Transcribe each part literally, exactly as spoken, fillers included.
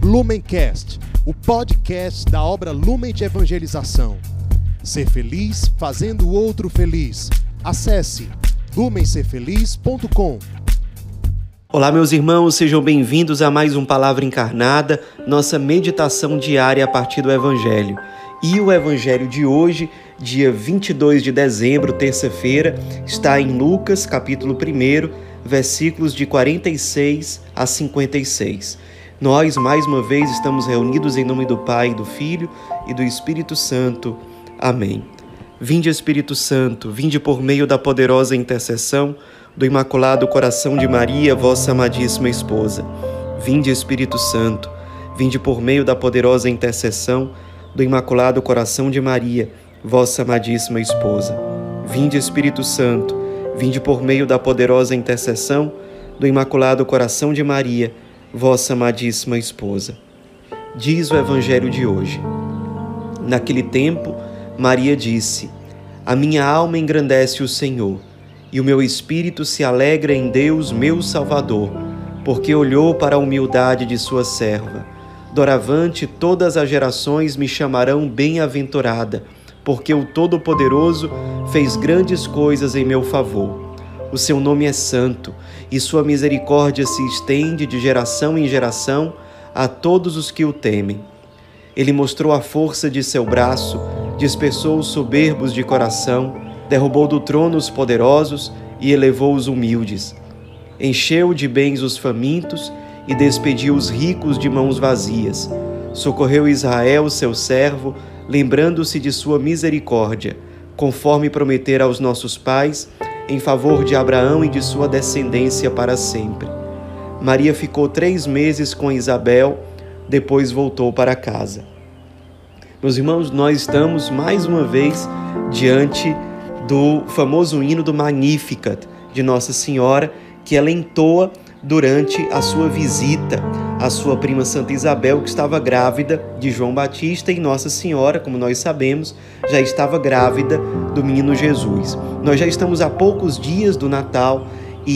Lumencast, o podcast da obra Lumen de Evangelização. Ser feliz fazendo o outro feliz. Acesse lumen ser feliz ponto com. Olá, meus irmãos, sejam bem-vindos a mais um Palavra Encarnada, nossa meditação diária a partir do Evangelho. E o Evangelho de hoje, dia vinte e dois de dezembro, terça-feira, está em Lucas, capítulo um, versículos de quarenta e seis a cinquenta e seis. Nós, mais uma vez, estamos reunidos em nome do Pai, do Filho e do Espírito Santo. Amém. Vinde, Espírito Santo, vinde por meio da poderosa intercessão do Imaculado Coração de Maria, vossa amadíssima esposa. Vinde, Espírito Santo, vinde por meio da poderosa intercessão do Imaculado Coração de Maria, vossa amadíssima esposa. Vinde, Espírito Santo, vinde por meio da poderosa intercessão do Imaculado Coração de Maria, vossa amadíssima esposa. Diz o Evangelho de hoje. Naquele tempo, Maria disse: A minha alma engrandece o Senhor, e o meu espírito se alegra em Deus, meu Salvador, porque olhou para a humildade de sua serva. Doravante todas as gerações me chamarão bem-aventurada, porque o Todo-Poderoso fez grandes coisas em meu favor. O seu nome é santo, e sua misericórdia se estende de geração em geração a todos os que o temem. Ele mostrou a força de seu braço, dispersou os soberbos de coração, derrubou do trono os poderosos e elevou os humildes. Encheu de bens os famintos e despediu os ricos de mãos vazias. Socorreu Israel, seu servo, lembrando-se de sua misericórdia, conforme prometera aos nossos pais, em favor de Abraão e de sua descendência para sempre. Maria ficou três meses com Isabel, depois voltou para casa. Meus irmãos, nós estamos mais uma vez diante do famoso hino do Magnificat de Nossa Senhora, que ela entoa durante a sua visita à sua prima Santa Isabel, que estava grávida de João Batista, e Nossa Senhora, como nós sabemos, já estava grávida do menino Jesus. Nós já estamos há poucos dias do Natal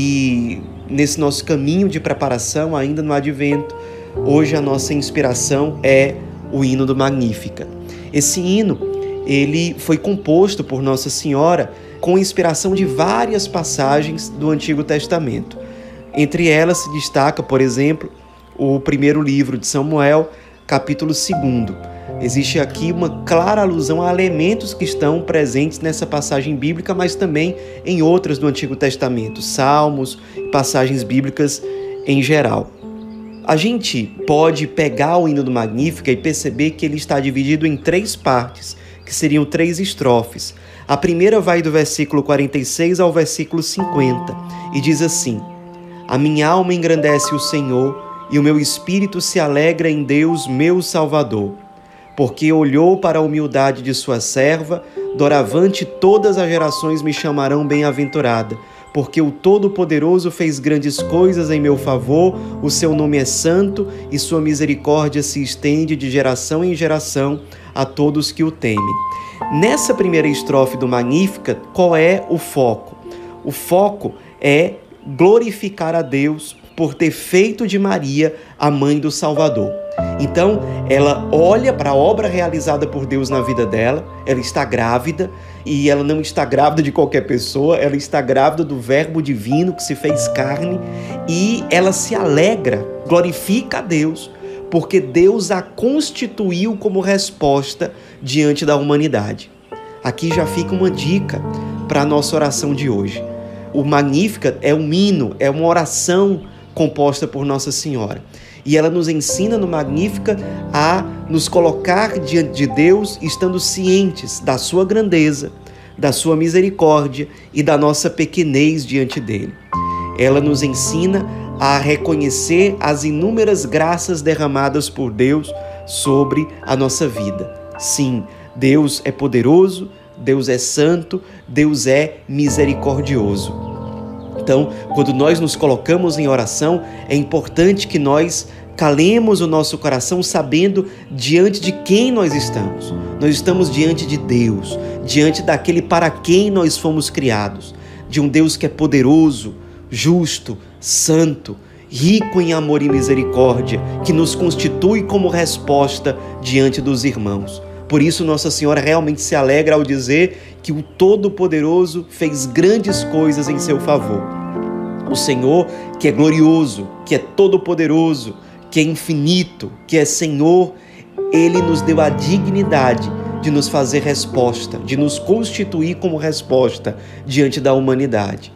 e nesse nosso caminho de preparação ainda no Advento, hoje a nossa inspiração é o hino do Magnificat. Esse hino, ele foi composto por Nossa Senhora com inspiração de várias passagens do Antigo Testamento. Entre elas se destaca, por exemplo, o primeiro livro de Samuel, capítulo dois. Existe aqui uma clara alusão a elementos que estão presentes nessa passagem bíblica, mas também em outras do Antigo Testamento, salmos, passagens bíblicas em geral. A gente pode pegar o hino do Magníficat e perceber que ele está dividido em três partes, que seriam três estrofes. A primeira vai do versículo quarenta e seis ao versículo cinquenta e diz assim: A minha alma engrandece o Senhor, e o meu espírito se alegra em Deus, meu Salvador, porque olhou para a humildade de sua serva. Doravante todas as gerações me chamarão bem-aventurada, porque o Todo-Poderoso fez grandes coisas em meu favor, o seu nome é santo, e sua misericórdia se estende de geração em geração a todos que o temem. Nessa primeira estrofe do Magnificat, qual é o foco? O foco é glorificar a Deus por ter feito de Maria a mãe do Salvador. Então, ela olha para a obra realizada por Deus na vida dela, ela está grávida, e ela não está grávida de qualquer pessoa, ela está grávida do Verbo Divino que se fez carne, e ela se alegra, glorifica a Deus, porque Deus a constituiu como resposta diante da humanidade. Aqui já fica uma dica para a nossa oração de hoje. O Magnificat é um hino, é uma oração composta por Nossa Senhora. E ela nos ensina no Magnificat a nos colocar diante de Deus, estando cientes da sua grandeza, da sua misericórdia e da nossa pequenez diante dele. Ela nos ensina a reconhecer as inúmeras graças derramadas por Deus sobre a nossa vida. Sim, Deus é poderoso, Deus é santo, Deus é misericordioso. Então, quando nós nos colocamos em oração, é importante que nós calemos o nosso coração sabendo diante de quem nós estamos. Nós estamos diante de Deus, diante daquele para quem nós fomos criados, de um Deus que é poderoso, justo, santo rico em amor e misericórdia, que nos constitui como resposta diante dos irmãos. Por isso Nossa Senhora realmente se alegra ao dizer que o Todo-Poderoso fez grandes coisas em seu favor. O Senhor, que é glorioso, que é todo-poderoso, que é infinito, que é Senhor, Ele nos deu a dignidade de nos fazer resposta, de nos constituir como resposta diante da humanidade.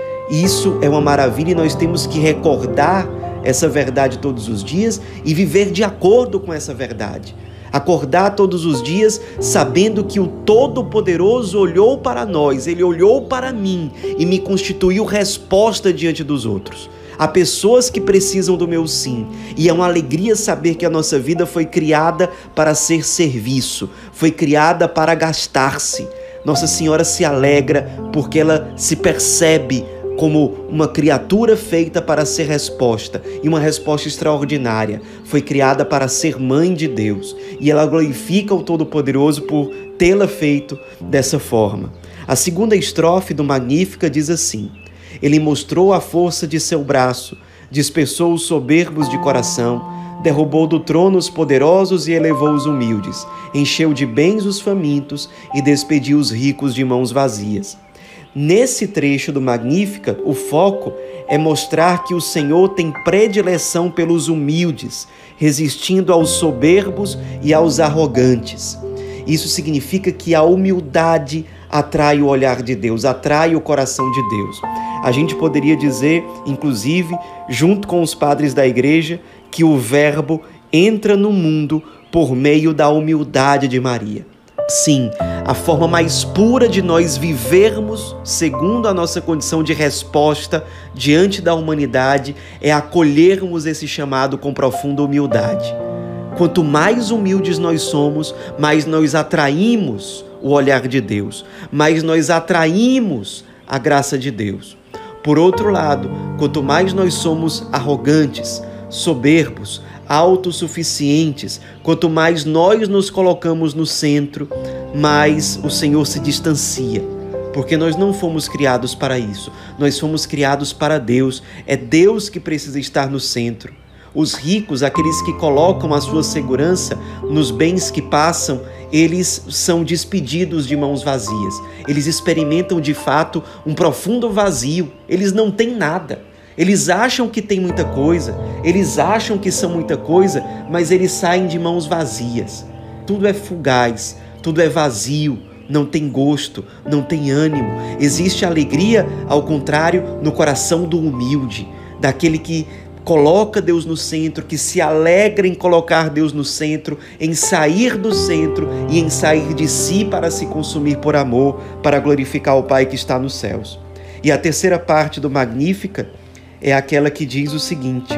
Isso é uma maravilha e nós temos que recordar essa verdade todos os dias e viver de acordo com essa verdade. Acordar todos os dias sabendo que o Todo-Poderoso olhou para nós, Ele olhou para mim e me constituiu resposta diante dos outros. Há pessoas que precisam do meu sim, e é uma alegria saber que a nossa vida foi criada para ser serviço, foi criada para gastar-se. Nossa Senhora se alegra porque ela se percebe como uma criatura feita para ser resposta, e uma resposta extraordinária. Foi criada para ser mãe de Deus, e ela glorifica o Todo-Poderoso por tê-la feito dessa forma. A segunda estrofe do Magnífica diz assim: Ele mostrou a força de seu braço, dispersou os soberbos de coração, derrubou do trono os poderosos e elevou os humildes, encheu de bens os famintos e despediu os ricos de mãos vazias. Nesse trecho do Magnífica, o foco é mostrar que o Senhor tem predileção pelos humildes, resistindo aos soberbos e aos arrogantes. Isso significa que a humildade atrai o olhar de Deus, atrai o coração de Deus. A gente poderia dizer, inclusive, junto com os padres da igreja, que o Verbo entra no mundo por meio da humildade de Maria. Sim, a forma mais pura de nós vivermos segundo a nossa condição de resposta diante da humanidade é acolhermos esse chamado com profunda humildade. Quanto mais humildes nós somos, mais nós atraímos o olhar de Deus, mais nós atraímos a graça de Deus. Por outro lado, quanto mais nós somos arrogantes, soberbos, autossuficientes, quanto mais nós nos colocamos no centro, mais o Senhor se distancia, porque nós não fomos criados para isso, nós fomos criados para Deus, é Deus que precisa estar no centro. Os ricos, aqueles que colocam a sua segurança nos bens que passam, eles são despedidos de mãos vazias, eles experimentam de fato um profundo vazio, eles não têm nada. Eles acham que tem muita coisa, eles acham que são muita coisa, mas eles saem de mãos vazias. Tudo é fugaz, tudo é vazio, não tem gosto, não tem ânimo. Existe alegria, ao contrário, no coração do humilde, daquele que coloca Deus no centro, que se alegra em colocar Deus no centro, em sair do centro e em sair de si para se consumir por amor, para glorificar o Pai que está nos céus. E a terceira parte do Magnífica é aquela que diz o seguinte: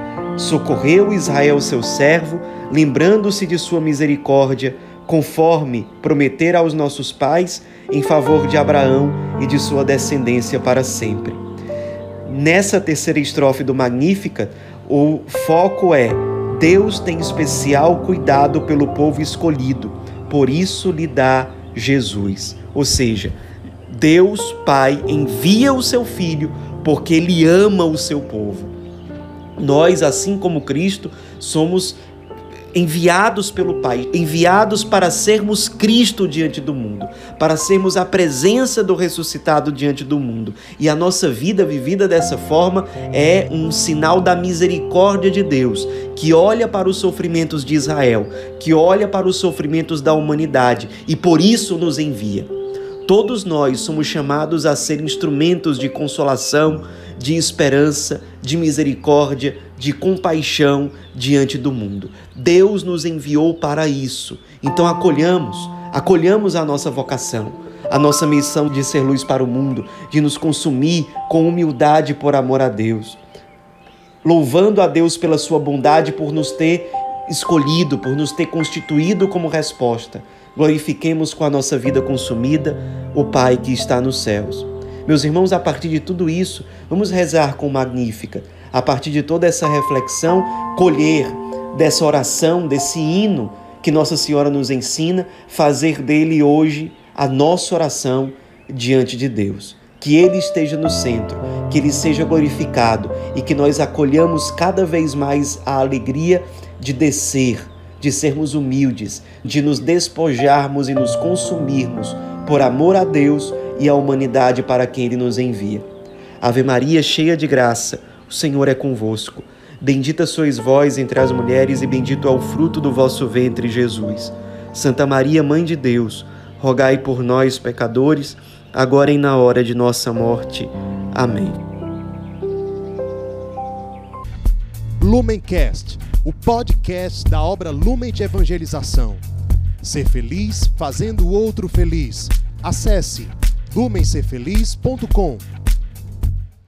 socorreu Israel seu servo, lembrando-se de sua misericórdia, conforme prometera aos nossos pais, em favor de Abraão e de sua descendência para sempre. Nessa terceira estrofe do Magnífica, o foco é: Deus tem especial cuidado pelo povo escolhido, por isso lhe dá Jesus. Ou seja, Deus Pai envia o seu Filho porque Ele ama o seu povo. Nós, assim como Cristo, somos enviados pelo Pai, enviados para sermos Cristo diante do mundo, para sermos a presença do ressuscitado diante do mundo. E a nossa vida vivida dessa forma é um sinal da misericórdia de Deus, que olha para os sofrimentos de Israel, que olha para os sofrimentos da humanidade e por isso nos envia. Todos nós somos chamados a ser instrumentos de consolação, de esperança, de misericórdia, de compaixão diante do mundo. Deus nos enviou para isso. Então acolhamos, acolhamos a nossa vocação, a nossa missão de ser luz para o mundo, de nos consumir com humildade por amor a Deus. Louvando a Deus pela sua bondade, por nos ter escolhido, por nos ter constituído como resposta. Glorifiquemos com a nossa vida consumida o Pai que está nos céus. Meus irmãos, a partir de tudo isso, vamos rezar com Magnífica. A partir de toda essa reflexão, colher dessa oração, desse hino que Nossa Senhora nos ensina, fazer dele hoje a nossa oração diante de Deus. Que Ele esteja no centro, que Ele seja glorificado e que nós acolhamos cada vez mais a alegria de descer, de sermos humildes, de nos despojarmos e nos consumirmos por amor a Deus e à humanidade para quem Ele nos envia. Ave Maria, cheia de graça, o Senhor é convosco. Bendita sois vós entre as mulheres e bendito é o fruto do vosso ventre, Jesus. Santa Maria, Mãe de Deus, rogai por nós, pecadores, agora e na hora de nossa morte. Amém. Lumencast, o podcast da obra Lumen de Evangelização. Ser feliz fazendo o outro feliz. Acesse lumen ser feliz ponto com.